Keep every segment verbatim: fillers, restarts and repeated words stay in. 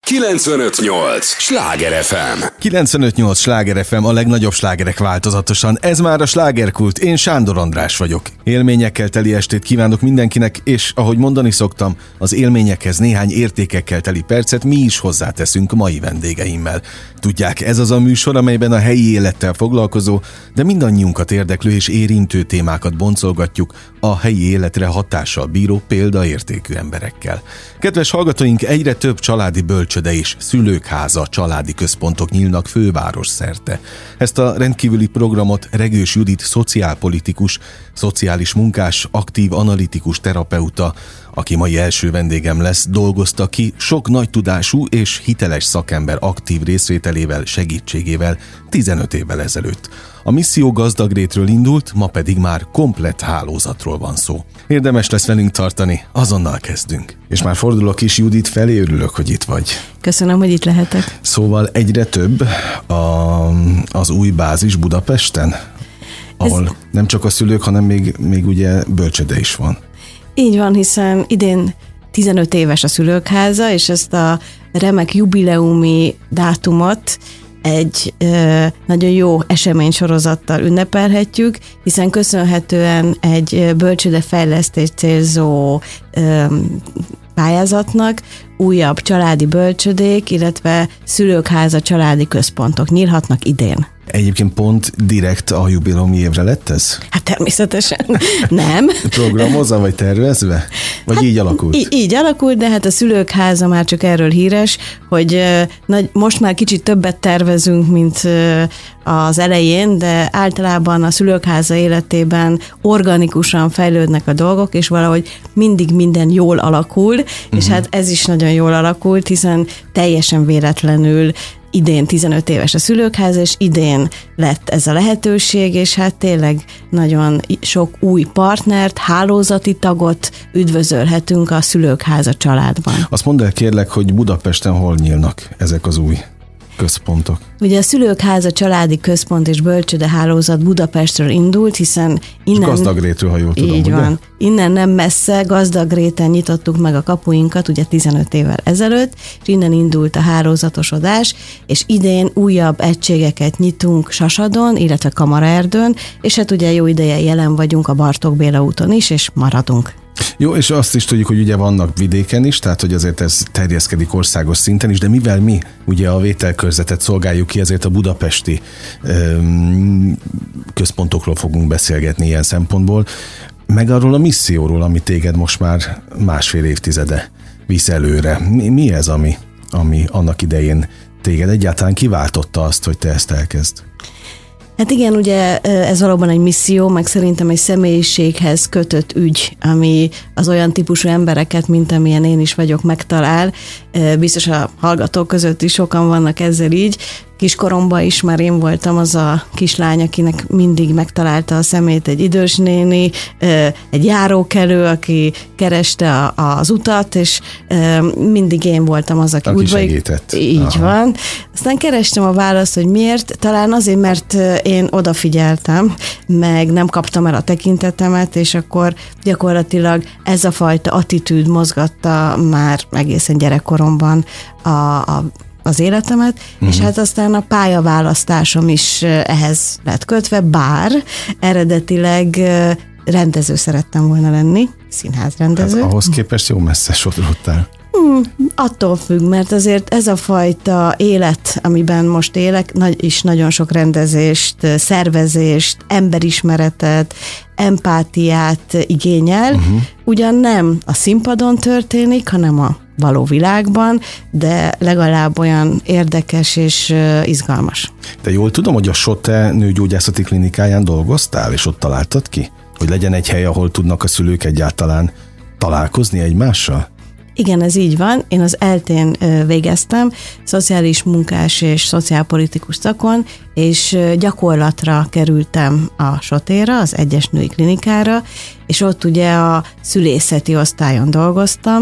kilencvenöt nyolc Sláger ef em. kilencvenöt nyolc Sláger ef em, a legnagyobb slágerek változatosan. Ez már a Slágerkult, én Sándor András vagyok. Élményekkel teli estét kívánok mindenkinek, és ahogy mondani szoktam, az élményekhez néhány értékekkel teli percet mi is hozzáteszünk mai vendégeimmel. Tudják, ez az a műsor, amelyben a helyi élettel foglalkozó, de mindannyiunkat érdeklő és érintő témákat boncolgatjuk a helyi életre hatással bíró példaértékű emberekkel. Kedves hallgatóink, egyre több családi bölcsöde és szülőkháza, családi központok nyílnak főváros szerte. Ezt a rendkívüli programot Regős Judit szociálpolitikus, szociális munkás, aktív analitikus terapeuta, aki mai első vendégem lesz, dolgozta ki sok nagy tudású és hiteles szakember aktív részvételével, segítségével tizenöt évvel ezelőtt. A misszió Gazdagrétről indult, ma pedig már komplett hálózatról van szó. Érdemes lesz velünk tartani, azonnal kezdünk. És már fordulok is Judit felé, örülök, hogy itt vagy. Köszönöm, hogy itt lehetek. Szóval egyre több a, az új bázis Budapesten, ahol Ez... nem csak a szülők, hanem még, még ugye bölcsöde is van. Így van, hiszen idén tizenöt éves a szülőkháza, és ezt a remek jubileumi dátumot egy ö, nagyon jó eseménysorozattal ünnepelhetjük, hiszen köszönhetően egy bölcsődefejlesztést célzó ö, pályázatnak újabb családi bölcsödék, illetve szülőkháza családi központok nyílhatnak idén. Egyébként pont direkt a jubileumi évre lett ez? Hát természetesen nem. Programozza, vagy tervezve? Vagy hát így alakult? Í- így alakult, de hát a szülőkháza már csak erről híres, hogy uh, nagy, most már kicsit többet tervezünk, mint uh, az elején, de általában a szülőkháza életében organikusan fejlődnek a dolgok, és valahogy mindig minden jól alakul, uh-huh. és hát ez is nagyon jól alakult, hiszen teljesen véletlenül idén tizenöt éves a szülőkháza, és idén lett ez a lehetőség, és hát tényleg nagyon sok új partnert, hálózati tagot üdvözölhetünk a szülőkháza családban. Azt mondd el kérlek, hogy Budapesten hol nyílnak ezek az új központok? Ugye a szülőkháza családi központ és bölcsöde hálózat Budapestről indult, hiszen innen... És Gazdagrétről, ha jól tudom, így ugye? van. Innen nem messze, Gazdagréten nyitottuk meg a kapuinkat, ugye tizenöt évvel ezelőtt, és innen indult a hálózatosodás, és idén újabb egységeket nyitunk Sasadon, illetve Kamaraerdőn, és hát ugye jó ideje jelen vagyunk a Bartók Béla úton is, és maradunk. Jó, és azt is tudjuk, hogy ugye vannak vidéken is, tehát hogy azért ez terjeszkedik országos szinten is, de mivel mi ugye a vételkörzetet szolgáljuk ki, ezért a budapesti öm, központokról fogunk beszélgetni ilyen szempontból, meg arról a misszióról, ami téged most már másfél évtizede visz előre. Mi, mi ez, ami, ami annak idején téged egyáltalán kiváltotta azt, hogy te ezt elkezd? Hát igen, ugye ez valóban egy misszió, meg szerintem egy személyiséghez kötött ügy, ami az olyan típusú embereket, mint amilyen én is vagyok, megtalál. Biztos a hallgatók között is sokan vannak ezzel így. Kiskoromban is már én voltam az a kislány, akinek mindig megtalálta a szemét egy idős néni, egy járókelő, aki kereste az utat, és mindig én voltam az, aki, aki úgy segített. Így Aha. van. Aztán kerestem a választ, hogy miért. Talán azért, mert én odafigyeltem, meg nem kaptam el a tekintetemet, és akkor gyakorlatilag ez a fajta attitűd mozgatta már egészen gyerekkoromban a, a az életemet, uh-huh. és hát aztán a pályaválasztásom is ehhez lett kötve, bár eredetileg rendező szerettem volna lenni, színházrendező. Hát ahhoz képest jó messze sodrottál. Hmm, attól függ, mert azért ez a fajta élet, amiben most élek, nagy, is nagyon sok rendezést, szervezést, emberismeretet, empátiát igényel. Uh-huh. Ugyan nem a színpadon történik, hanem a való világban, de legalább olyan érdekes és izgalmas. De jól tudom, hogy a Sote nőgyógyászati klinikáján dolgoztál, és ott találtad ki, hogy legyen egy hely, ahol tudnak a szülők egyáltalán találkozni egymással? Igen, ez így van. Én az eltén végeztem, szociális munkás és szociálpolitikus szakon, és gyakorlatra kerültem a Sotéra, az egyes női klinikára, és ott ugye a szülészeti osztályon dolgoztam,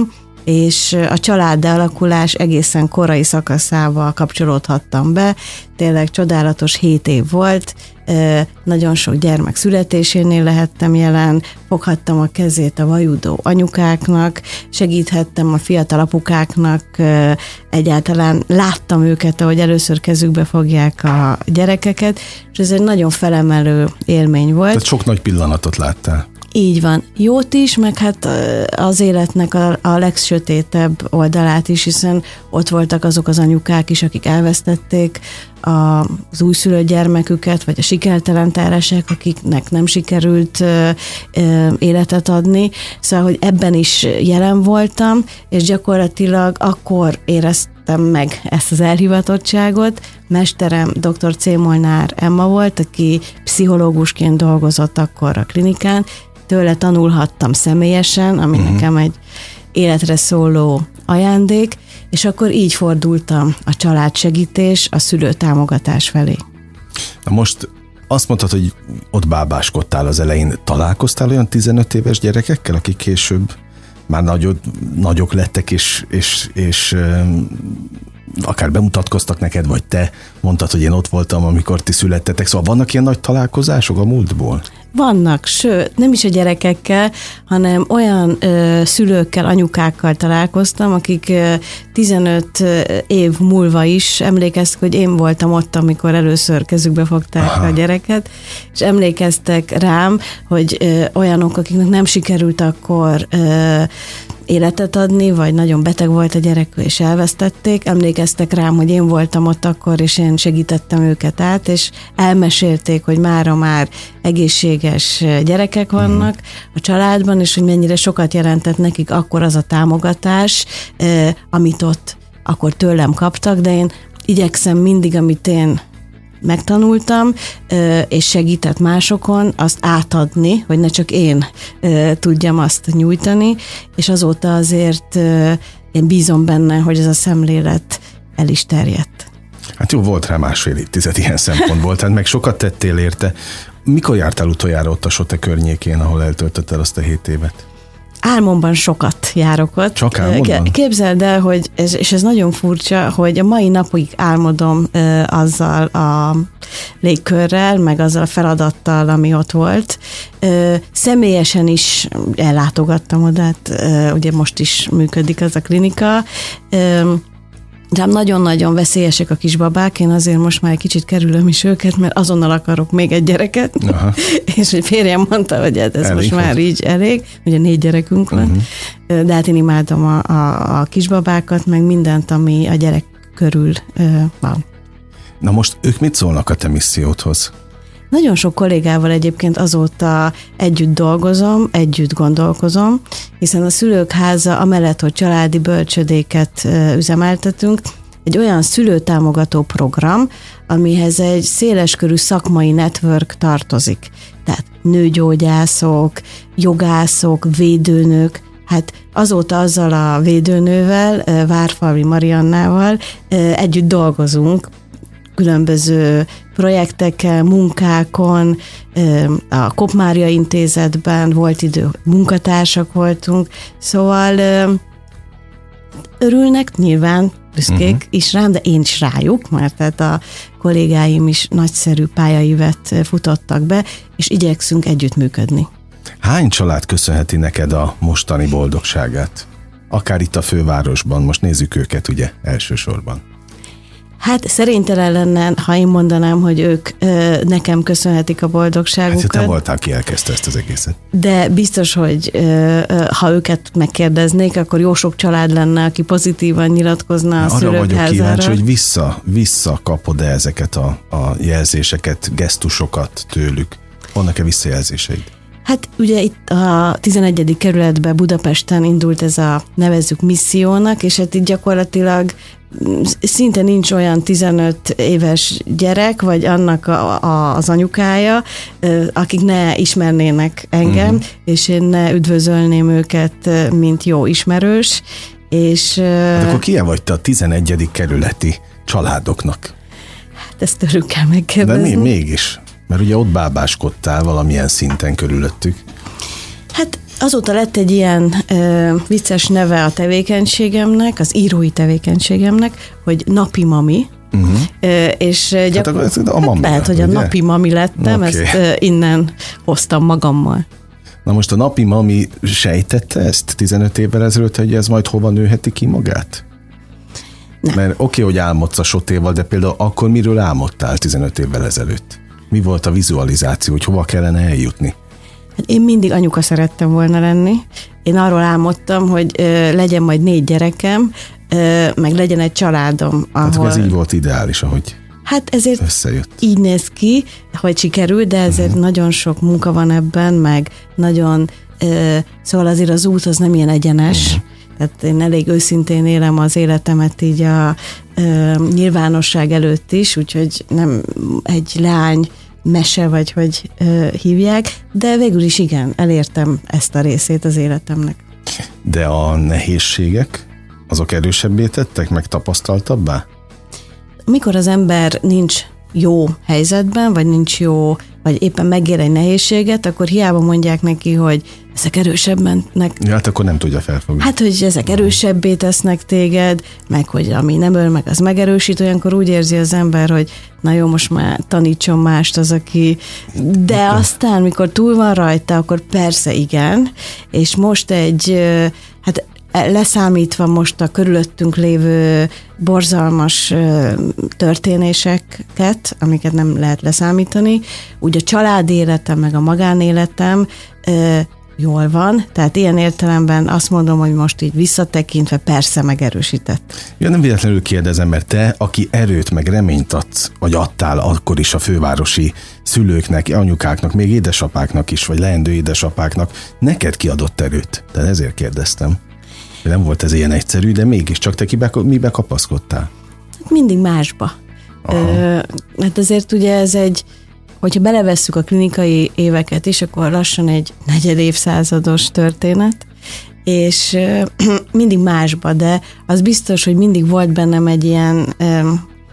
és a családi alakulás egészen korai szakaszával kapcsolódhattam be. Tényleg csodálatos hét év volt, nagyon sok gyermek születésénél lehettem jelen, foghattam a kezét a vajudó anyukáknak, segíthettem a fiatal apukáknak, egyáltalán láttam őket, ahogy először kezükbe fogják a gyerekeket, és ez egy nagyon felemelő élmény volt. Tehát sok nagy pillanatot láttál. Így van. Jót is, meg hát az életnek a, a legsötétebb oldalát is, hiszen ott voltak azok az anyukák is, akik elvesztették az újszülött gyermeküket, vagy a sikertelen terhesek, akiknek nem sikerült ö, ö, életet adni. Szóval, hogy ebben is jelen voltam, és gyakorlatilag akkor éreztem meg ezt az elhivatottságot. Mesterem dr. C. Molnár Emma volt, aki pszichológusként dolgozott akkor a klinikán, tőle tanulhattam személyesen, ami uh-huh. nekem egy életre szóló ajándék, és akkor így fordultam a családsegítés, a szülőtámogatás felé. Na most azt mondtad, hogy ott bábáskodtál az elején. Találkoztál olyan tizenöt éves gyerekekkel, akik később már nagyok, nagyok lettek, és, és, és akár bemutatkoztak neked, vagy te mondtad, hogy én ott voltam, amikor ti születtetek. Szóval vannak ilyen nagy találkozások a múltból? Vannak, sőt, nem is a gyerekekkel, hanem olyan ö, szülőkkel, anyukákkal találkoztam, akik ö, tizenöt év múlva is emlékeztek, hogy én voltam ott, amikor először kezükbe fogták Aha. a gyereket, és emlékeztek rám, hogy ö, olyanok, akiknek nem sikerült akkor ö, életet adni, vagy nagyon beteg volt a gyerek, és elvesztették, emlékeztek rám, hogy én voltam ott akkor, és én segítettem őket át, és elmesélték, hogy mára már egészséges gyerekek vannak a családban, és hogy mennyire sokat jelentett nekik akkor az a támogatás, amit ott akkor tőlem kaptak, de én igyekszem mindig, amit én megtanultam, és segített másokon, azt átadni, hogy ne csak én tudjam azt nyújtani, és azóta azért én bízom benne, hogy ez a szemlélet el is terjedt. Hát jó, volt rá másfél évtized ilyen szempontból, tehát meg sokat tettél érte. Mikor jártál utoljára ott a Sote környékén, ahol eltöltötted azt a hét évet? Álmomban sokat járok ott. Csak álmodban? Képzeld el, hogy ez, és ez nagyon furcsa, hogy a mai napig álmodom ö, azzal a légkörrel, meg azzal a feladattal, ami ott volt. Ö, személyesen is ellátogattam oda, hát, ö, ugye most is működik az a klinika. Ö, De nagyon-nagyon veszélyesek a kisbabák, én azért most már egy kicsit kerülöm is őket, mert azonnal akarok még egy gyereket, Aha. és hogy férjem mondta, hogy ez elég most már így elég, ugye négy gyerekünk van, uh-huh. de hát én imádom a, a, a kisbabákat, meg mindent, ami a gyerek körül van. Na most ők mit szólnak a te missziódhoz? Nagyon sok kollégával egyébként azóta együtt dolgozom, együtt gondolkozom, hiszen a Szülők Háza amellett, hogy családi bölcsödéket üzemeltetünk, egy olyan szülőtámogató program, amihez egy széleskörű szakmai network tartozik. Tehát nőgyógyászok, jogászok, védőnők, hát azóta azzal a védőnővel, Várfalvi Mariannával együtt dolgozunk, különböző projektekkel, munkákon, a Kopp-Mária Intézetben volt idő, munkatársak voltunk, szóval örülnek nyilván, büszkék uh-huh. is rám, de én is rájuk, mert tehát a kollégáim is nagyszerű pályaívet futottak be, és igyekszünk együttműködni. Hány család köszönheti neked a mostani boldogságát? Akár itt a fővárosban, most nézzük őket ugye elsősorban. Hát szerénytelen lenne, ha én mondanám, hogy ők ö, nekem köszönhetik a boldogságukat. Hát te voltál, ki elkezdte ezt az egészet. De biztos, hogy ö, ö, ha őket megkérdeznék, akkor jó sok család lenne, aki pozitívan nyilatkozna a Szülők Házára. Arra vagyok kíváncsi, hogy vissza, vissza kapod-e ezeket a, a jelzéseket, gesztusokat tőlük? Vannak-e visszajelzéseid? Hát ugye itt a tizenegyedik kerületben Budapesten indult ez a nevezzük missziónak, és hát itt gyakorlatilag szinte nincs olyan tizenöt éves gyerek, vagy annak a, a, az anyukája, akik ne ismernének engem, uh-huh. és én ne üdvözölném őket, mint jó ismerős. És, hát akkor ki vagy te a tizenegyedik kerületi családoknak? Hát ezt tőlük kell megkérdezni. De mi, mégis, mert ugye ott bábáskodtál valamilyen szinten körülöttük. Hát Azóta lett egy ilyen ö, vicces neve a tevékenységemnek, az írói tevékenységemnek, hogy napi mami. Uh-huh. Ö, és gyakor... hát ez a mami lehet, hogy a ugye? Napi mami lettem, okay. Ezt ö, innen hoztam magammal. Na most a napi mami sejtette ezt tizenöt évvel ezelőtt, hogy ez majd hova nőheti ki magát? Nem. Mert oké, okay, hogy álmodsz a sotéval, de például akkor miről álmodtál tizenöt évvel ezelőtt? Mi volt a vizualizáció, hogy hova kellene eljutni? Én mindig anyuka szerettem volna lenni. Én arról álmodtam, hogy ö, legyen majd négy gyerekem, ö, meg legyen egy családom, ahol... Hát ez így volt ideális, ahogy hát ezért összejött. Így néz ki, hogy sikerül, de ezért uh-huh. nagyon sok munka van ebben, meg nagyon... Ö, szóval azért az út az nem ilyen egyenes. Uh-huh. Tehát én elég őszintén élem az életemet így a ö, nyilvánosság előtt is, úgyhogy nem egy leány mese, vagy hogy ö, hívják, de végül is igen, elértem ezt a részét az életemnek. De a nehézségek, azok erősebbé tettek, meg tapasztaltabbá? Mikor az ember nincs jó helyzetben, vagy nincs jó, vagy éppen megér egy nehézséget, akkor hiába mondják neki, hogy ezek erősebbnek. Ja, hát akkor nem tudja felfogni. Hát, hogy ezek erősebbé tesznek téged, meg hogy ami nem öl, meg az megerősít, olyankor úgy érzi az ember, hogy na jó, most már tanítson mást az, aki... De aztán, mikor túl van rajta, akkor persze igen, és most egy, hát leszámítva most a körülöttünk lévő borzalmas történéseket, amiket nem lehet leszámítani, úgy a család életem, meg a magánéletem jól van, tehát ilyen értelemben azt mondom, hogy most így visszatekintve persze megerősített. Ja, nem véletlenül kérdezem, mert te, aki erőt meg reményt adsz, vagy adtál akkor is a fővárosi szülőknek, anyukáknak, még édesapáknak is, vagy leendő édesapáknak, neked kiadott erőt. Tehát ezért kérdeztem. Nem volt ez ilyen egyszerű, de mégiscsak te kibe, mibe kapaszkodtál? Mindig másba. Ö, hát azért ugye ez egy, hogyha belevesszük a klinikai éveket is, akkor lassan egy negyed évszázados történet, és ö, mindig másba, de az biztos, hogy mindig volt bennem egy ilyen ö,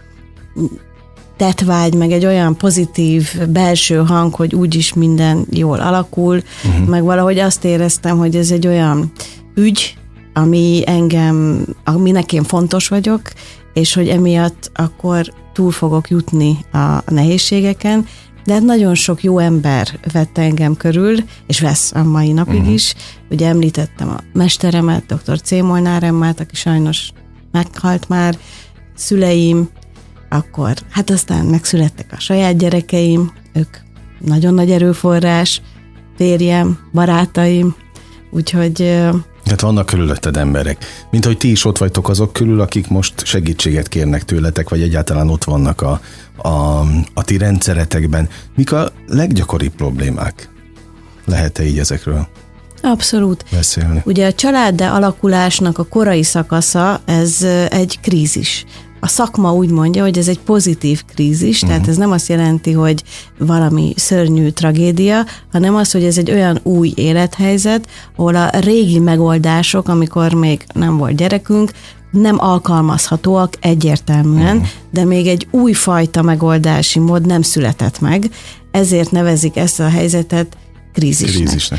tettvágy, meg egy olyan pozitív belső hang, hogy úgyis minden jól alakul, uh-huh. meg valahogy azt éreztem, hogy ez egy olyan ügy, ami engem, aminek én fontos vagyok, és hogy emiatt akkor túl fogok jutni a nehézségeken, de hát nagyon sok jó ember vett engem körül, és vesz a mai napig uh-huh. is. Ugye említettem a mesteremet, dr. C. Molnár Emmát, aki sajnos meghalt már, szüleim, akkor hát aztán megszülettek a saját gyerekeim, ők nagyon nagy erőforrás, férjem, barátaim, úgyhogy... Hát vannak körülötted emberek. Mint hogy ti is ott vagytok azok körül, akik most segítséget kérnek tőletek, vagy egyáltalán ott vannak a, a, a ti rendszeretekben. Mik a leggyakoribb problémák? Lehet-e így ezekről Abszolút. beszélni? Ugye a családdá alakulásnak a korai szakasza, ez egy krízis. A szakma úgy mondja, hogy ez egy pozitív krízis, uh-huh. tehát ez nem azt jelenti, hogy valami szörnyű tragédia, hanem az, hogy ez egy olyan új élethelyzet, ahol a régi megoldások, amikor még nem volt gyerekünk, nem alkalmazhatóak egyértelműen, uh-huh. de még egy újfajta megoldási mód nem született meg, ezért nevezik ezt a helyzetet krízisnek. krízisnek.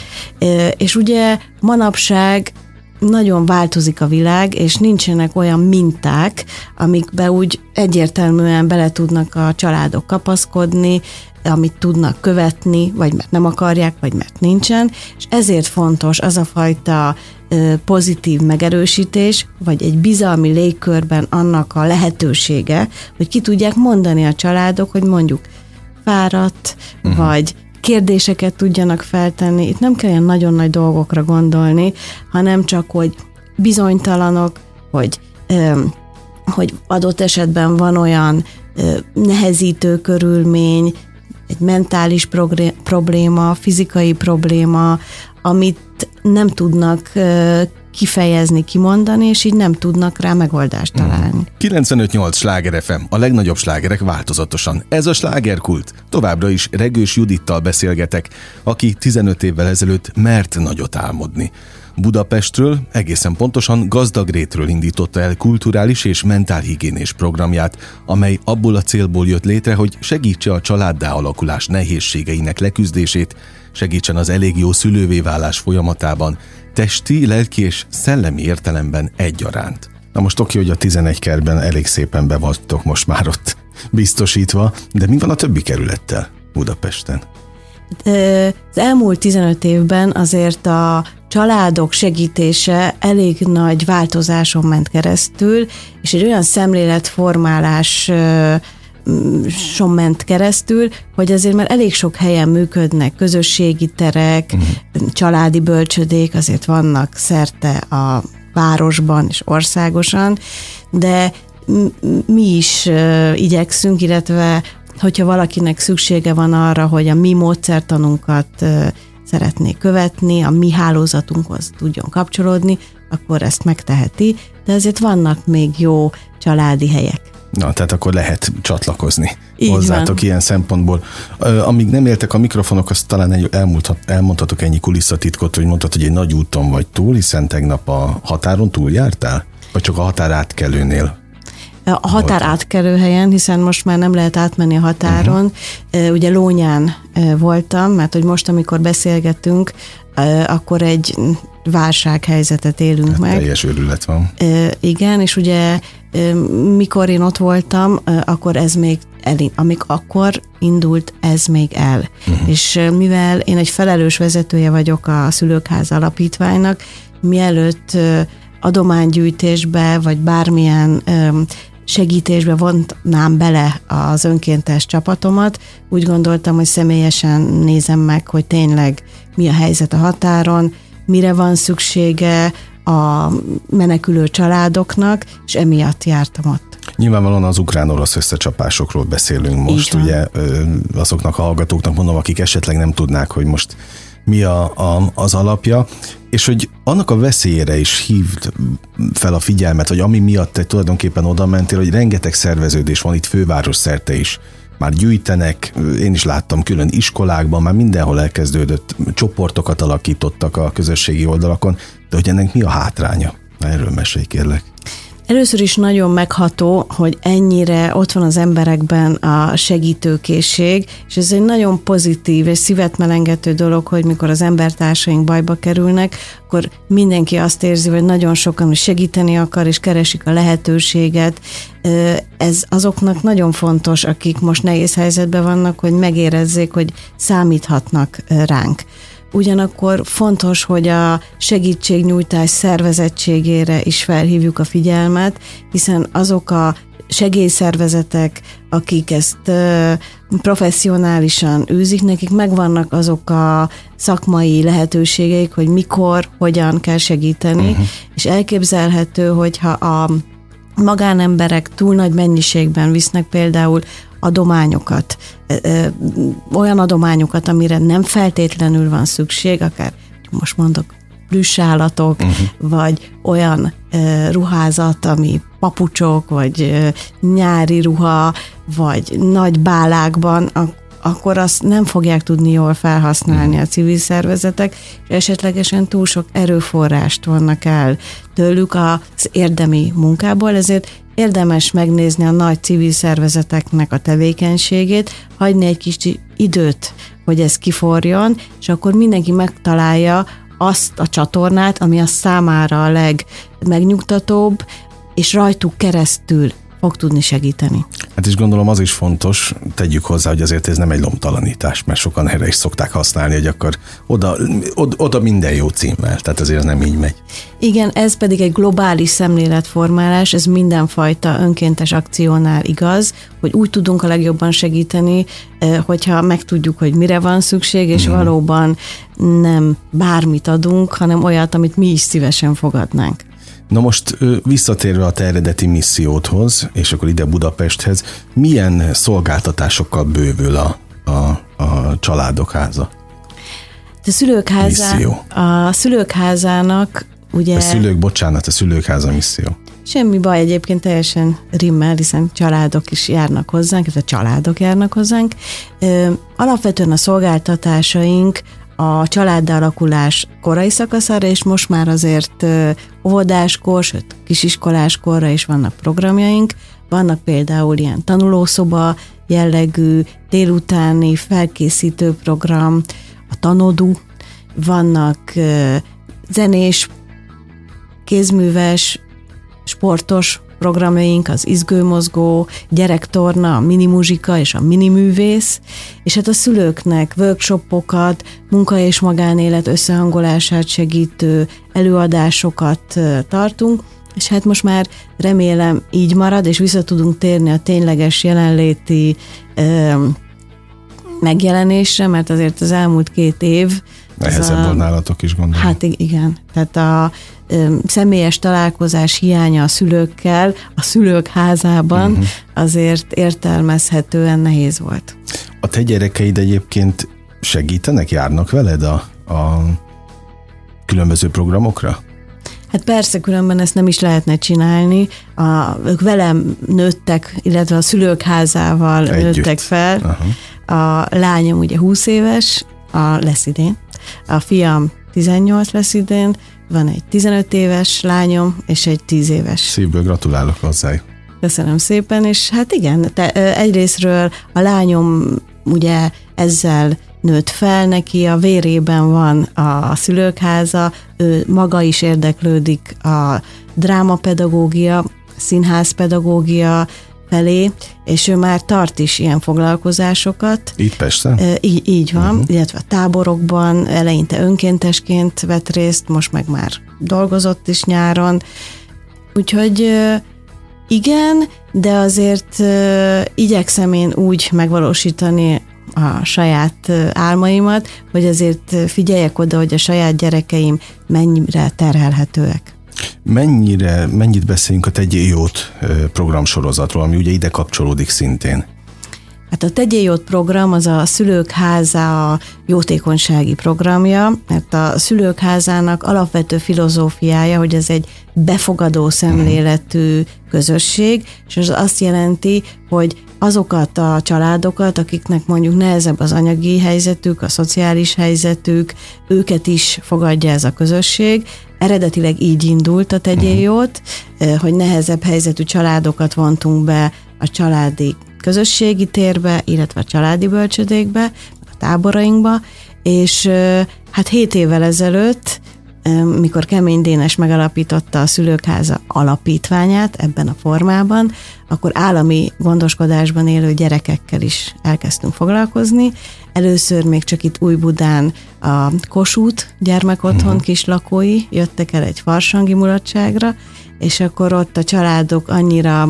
És ugye manapság nagyon változik a világ, és nincsenek olyan minták, amikbe úgy egyértelműen bele tudnak a családok kapaszkodni, amit tudnak követni, vagy mert nem akarják, vagy mert nincsen, és ezért fontos az a fajta ö, pozitív megerősítés, vagy egy bizalmi légkörben annak a lehetősége, hogy ki tudják mondani a családok, hogy mondjuk fáradt, uh-huh. vagy kérdéseket tudjanak feltenni. Itt nem kell ilyen nagyon nagy dolgokra gondolni, hanem csak, hogy bizonytalanok, hogy, ö, hogy adott esetben van olyan ö, nehezítő körülmény, egy mentális probléma, fizikai probléma, amit nem tudnak ö, kifejezni, kimondani, és így nem tudnak rá megoldást találni. kilencvenöt nyolc Sláger ef em, a legnagyobb slágerek változatosan. Ez a Slágerkult. Továbbra is Regős Judittal beszélgetek, aki tizenöt évvel ezelőtt mert nagyot álmodni. Budapestről, egészen pontosan Gazdagrétről indította el kulturális és mentálhigiénés programját, amely abból a célból jött létre, hogy segítse a családdá alakulás nehézségeinek leküzdését, segítsen az elég jó szülővé válás folyamatában, testi, lelki és szellemi értelemben egyaránt. Na most oké, hogy a tizenegy kertben elég szépen be vagytok most már ott biztosítva, de mi van a többi kerülettel Budapesten? Az elmúlt tizenöt évben azért a családok segítése elég nagy változáson ment keresztül, és egy olyan szemléletformáláson ment keresztül, hogy azért már elég sok helyen működnek közösségi terek, uh-huh. családi bölcsödék, azért vannak szerte a városban és országosan, de mi is igyekszünk, illetve hogyha valakinek szüksége van arra, hogy a mi módszertanunkat szeretné követni, a mi hálózatunkhoz tudjon kapcsolódni, akkor ezt megteheti, de azért vannak még jó családi helyek. Na, tehát akkor lehet csatlakozni Így hozzátok van. Ilyen szempontból. Amíg nem éltek a mikrofonok, azt talán elmondhatok ennyi kulisszatitkot, hogy mondtad, hogy egy nagy úton vagy túl, hiszen tegnap a határon túljártál? Vagy csak a határátkelőnél? A határ átkelő helyen, hiszen most már nem lehet átmenni a határon. Uh-huh. Ugye Lónyán voltam, mert hogy most, amikor beszélgetünk, akkor egy válsághelyzetet élünk hát meg. Teljes őrület van. Igen, és ugye mikor én ott voltam, akkor ez még elég, amíg akkor indult, ez még el. Uh-huh. És mivel én egy felelős vezetője vagyok a Szülőkháza Alapítványnak, mielőtt adománygyűjtésbe, vagy bármilyen segítésbe vontnám bele az önkéntes csapatomat, úgy gondoltam, hogy személyesen nézem meg, hogy tényleg mi a helyzet a határon, mire van szüksége a menekülő családoknak, és emiatt jártam ott. Nyilvánvalóan az ukrán-orosz összecsapásokról beszélünk most, ugye azoknak a hallgatóknak mondom, akik esetleg nem tudnák, hogy most mi a, a, az alapja, és hogy annak a veszélyére is hívd fel a figyelmet, hogy ami miatt te tulajdonképpen oda mentél, hogy rengeteg szerveződés van itt főváros szerte is. Már gyűjtenek, én is láttam külön iskolákban, már mindenhol elkezdődött, csoportokat alakítottak a közösségi oldalakon, de hogy ennek mi a hátránya? Na, erről mesélj, kérlek. Először is nagyon megható, hogy ennyire ott van az emberekben a segítőkészség, és ez egy nagyon pozitív és szívet melengető dolog, hogy mikor az embertársaink bajba kerülnek, akkor mindenki azt érzi, hogy nagyon sokan segíteni akar, és keresik a lehetőséget. Ez azoknak nagyon fontos, akik most nehéz helyzetben vannak, hogy megérezzék, hogy számíthatnak ránk. Ugyanakkor fontos, hogy a segítségnyújtás szervezettségére is felhívjuk a figyelmet, hiszen azok a segélyszervezetek, akik ezt professzionálisan űzik, nekik megvannak azok a szakmai lehetőségeik, hogy mikor, hogyan kell segíteni, uh-huh. és elképzelhető, hogyha a magánemberek túl nagy mennyiségben visznek például adományokat, olyan adományokat, amire nem feltétlenül van szükség, akár most mondok plüssállatok, uh-huh. vagy olyan ruházat, ami papucsok, vagy nyári ruha, vagy nagy bálákban, akkor azt nem fogják tudni jól felhasználni a civil szervezetek, és esetlegesen túl sok erőforrást vonnak el tőlük az érdemi munkából, ezért érdemes megnézni a nagy civil szervezeteknek a tevékenységét, hagyni egy kis időt, hogy ez kiforjon, és akkor mindenki megtalálja azt a csatornát, ami a számára a legmegnyugtatóbb, és rajtuk keresztül fog tudni segíteni. Hát is gondolom az is fontos, tegyük hozzá, hogy azért ez nem egy lomtalanítás, mert sokan erre is szokták használni, hogy akkor oda, oda, oda minden jó címmel, tehát azért nem így megy. Igen, ez pedig egy globális szemléletformálás, ez mindenfajta önkéntes akciónál igaz, hogy úgy tudunk a legjobban segíteni, hogyha megtudjuk, hogy mire van szükség, és mm. valóban nem bármit adunk, hanem olyat, amit mi is szívesen fogadnánk. Na most visszatérve a te eredeti missziódhoz, és akkor ide Budapesthez, milyen szolgáltatásokkal bővül a, a, a családok háza? A szülőkháza, misszió. A szülőkházának ugye... A szülők, bocsánat, a szülőkháza misszió. Semmi baj, egyébként teljesen rimmel, hiszen családok is járnak hozzánk, illetve családok járnak hozzánk. Alapvetően a szolgáltatásaink a családalakulás korai szakaszára, és most már azért óvodáskor, sőt kisiskoláskorra is vannak programjaink. Vannak például ilyen tanulószoba jellegű, délutáni felkészítő program, a Tanodu, vannak zenés, kézműves, sportos programjaink, az izgőmozgó, gyerektorna, a minimuzsika és a miniművész, és hát a szülőknek workshopokat, munka és magánélet összehangolását segítő előadásokat tartunk, és hát most már remélem így marad, és vissza tudunk térni a tényleges jelenléti ö, megjelenésre, mert azért az elmúlt két év... Nehezebb volt nálatok is, gondolom. Hát igen, tehát a ö, személyes találkozás hiánya a szülőkkel, a szülők házában uh-huh. azért értelmezhetően nehéz volt. A te gyerekeid egyébként segítenek, járnak veled a, a különböző programokra? Hát persze, különben ezt nem is lehetne csinálni. A, ők velem nőttek, illetve a szülők házával Együtt. nőttek fel. Aha. A lányom ugye húsz éves, a, lesz idén. A fiam tizennyolc lesz idén, van egy tizenöt éves lányom, és egy tíz éves. Szívből gratulálok hozzájuk. Köszönöm szépen, és hát igen, te, egyrésztről a lányom ugye ezzel nőtt fel, neki a vérében van a szülőkháza, ő maga is érdeklődik a drámapedagógia, színházpedagógia felé, és ő már tart is ilyen foglalkozásokat. Itt Pesten? Így, így van, uh-huh. illetve a táborokban, eleinte önkéntesként vett részt, most meg már dolgozott is nyáron. Úgyhogy igen, de azért igyekszem én úgy megvalósítani a saját álmaimat, hogy azért figyeljek oda, hogy a saját gyerekeim mennyire terhelhetőek. Mennyire, mennyit beszéljünk a Tegyél Jót programsorozatról, ami ugye ide kapcsolódik szintén? Hát a Tegyél Jót program az a Szülők Háza a jótékonysági programja, mert a Szülők Házának alapvető filozófiája, hogy ez egy befogadó szemléletű közösség, és az azt jelenti, hogy azokat a családokat, akiknek mondjuk nehezebb az anyagi helyzetük, a szociális helyzetük, őket is fogadja ez a közösség. Eredetileg így indult a Tegyél Jót, hogy nehezebb helyzetű családokat vontunk be a családi közösségi térbe, illetve a családi bölcsödékbe, a táborainkba, és hát hét évvel ezelőtt, mikor Kemény Dénes megalapította a Szülőkháza alapítványát ebben a formában, akkor állami gondoskodásban élő gyerekekkel is elkezdtünk foglalkozni. Először még csak itt Újbudán a Kossuth gyermekotthon uh-huh. kis lakói jöttek el egy farsangi mulatságra, és akkor ott a családok annyira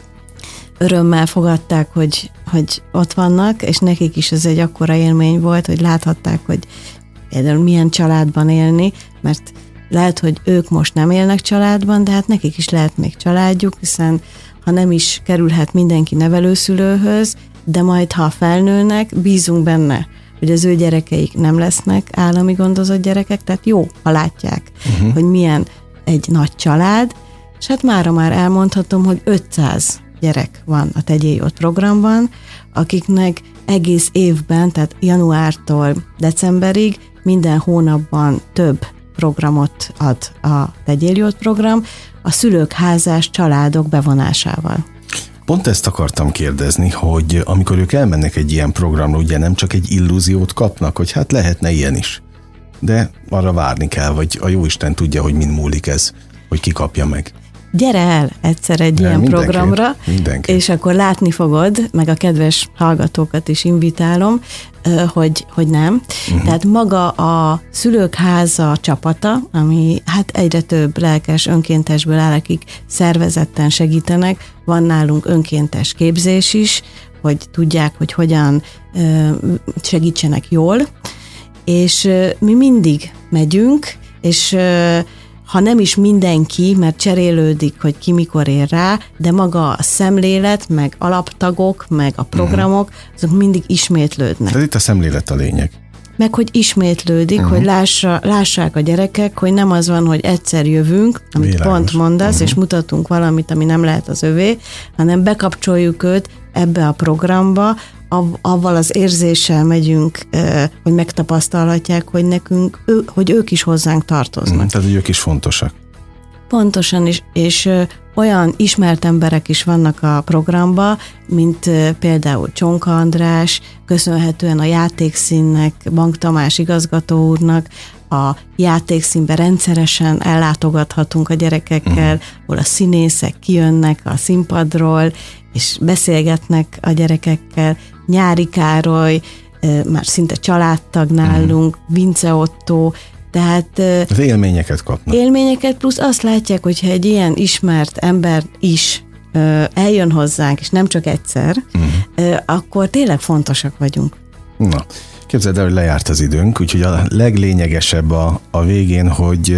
örömmel fogadták, hogy, hogy ott vannak, és nekik is ez egy akkora élmény volt, hogy láthatták, hogy például milyen családban élni, mert lehet, hogy ők most nem élnek családban, de hát nekik is lehet még családjuk, hiszen ha nem is kerülhet mindenki nevelőszülőhöz, de majd ha felnőnek, bízunk benne, hogy az ő gyerekeik nem lesznek állami gondozott gyerekek, tehát jó, ha látják, uh-huh. hogy milyen egy nagy család, és hát mára már elmondhatom, hogy ötszáz gyerek van a Tegyél Jót programban, akiknek egész évben, tehát januártól decemberig minden hónapban több programot ad a Tegyél Jót program a Szülők Házás családok bevonásával. Pont ezt akartam kérdezni, hogy amikor ők elmennek egy ilyen programra, ugye nem csak egy illúziót kapnak, hogy hát lehetne ilyen is, de arra várni kell, vagy a jóisten tudja, hogy mind múlik ez, hogy ki kapja meg. Gyere el egyszer egy De ilyen mindenképp, programra, mindenképp. És akkor látni fogod, meg a kedves hallgatókat is invitálom, hogy, hogy nem. Uh-huh. Tehát maga a Szülők Háza csapata, ami hát egyre több lelkes önkéntesből áll, akik szervezetten segítenek, van nálunk önkéntes képzés is, hogy tudják, hogy hogyan segítsenek jól, és mi mindig megyünk, és ha nem is mindenki, mert cserélődik, hogy ki mikor ér rá, de maga a szemlélet, meg alaptagok, meg a programok, azok mindig ismétlődnek. Tehát itt a szemlélet a lényeg. Meg hogy ismétlődik, uh-huh. hogy lássa, lássák a gyerekek, hogy nem az van, hogy egyszer jövünk, amit Világos. Pont mondasz, uh-huh. és mutatunk valamit, ami nem lehet az övé, hanem bekapcsoljuk őt ebbe a programba, avval az érzéssel megyünk, hogy megtapasztalhatják, hogy nekünk, hogy ők is hozzánk tartoznak. Mm, tehát, hogy ők is fontosak. Pontosan, és, és olyan ismert emberek is vannak a programban, mint például Csonka András, köszönhetően a játékszínnek, Bank Tamás igazgató úrnak, a játékszínbe rendszeresen ellátogathatunk a gyerekekkel, ahol a színészek kijönnek a színpadról, és beszélgetnek a gyerekekkel. Nyári Károly, már szinte családtag nálunk, Vince Otto, tehát az élményeket kapnak. Élményeket, plusz azt látják, hogyha egy ilyen ismert ember is eljön hozzánk, és nem csak egyszer, uh-huh. akkor tényleg fontosak vagyunk. Na, képzeld el, hogy lejárt az időnk, úgyhogy a leglényegesebb a, a végén, hogy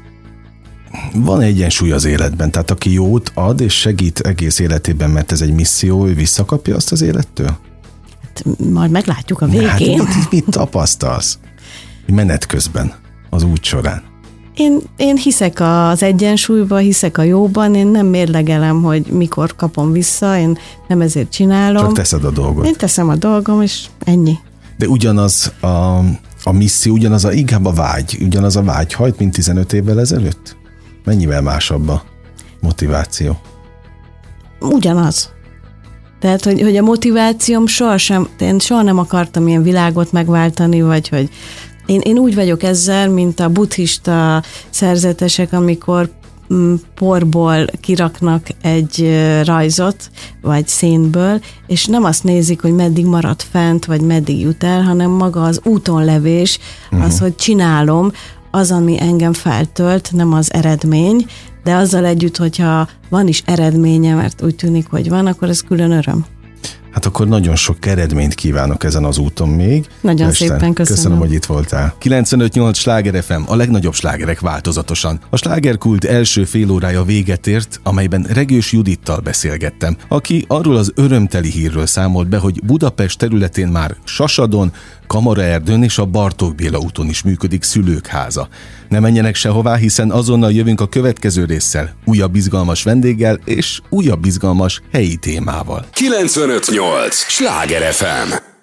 van egyensúly az életben, tehát aki jót ad és segít egész életében, mert ez egy misszió, ő visszakapja azt az élettől? Hát, majd meglátjuk a végén. Hát mit, mit tapasztalsz menet közben, az út során? Én, én hiszek az egyensúlyban, hiszek a jóban, én nem mérlegelem, hogy mikor kapom vissza, én nem ezért csinálom. Csak teszed a dolgot. Én teszem a dolgom, és ennyi. De ugyanaz a, a misszió, ugyanaz a, inkább a vágy, ugyanaz a vágy hajt, mint tizenöt évvel ezelőtt? Mennyivel másabb a motiváció? Ugyanaz. Tehát, hogy, hogy a motivációm sohasem, én soha nem akartam ilyen világot megváltani, vagy hogy én, én úgy vagyok ezzel, mint a buddhista szerzetesek, amikor mm, porból kiraknak egy rajzot, vagy szénből, és nem azt nézik, hogy meddig marad fent, vagy meddig jut el, hanem maga az úton levés, uh-huh. az, hogy csinálom, az, ami engem feltölt, nem az eredmény, de azzal együtt, hogyha van is eredménye, mert úgy tűnik, hogy van, akkor ez külön öröm. Hát akkor nagyon sok eredményt kívánok ezen az úton még. Nagyon Isten, szépen köszönöm. Köszönöm, hogy itt voltál. kilencvenöt nyolc Sláger ef em, a legnagyobb slágerek változatosan. A slágerkult első fél órája véget ért, amelyben Regős Judittal beszélgettem, aki arról az örömteli hírről számolt be, hogy Budapest területén már Sasadon, Kamaraerdőn és a Bartók Béla úton is működik szülők háza. Ne menjenek sehová, hiszen azonnal jövünk a következő résszel, újabb izgalmas vendéggel és újabb izgalmas helyi témával. kilencvenöt nyolc Sláger ef em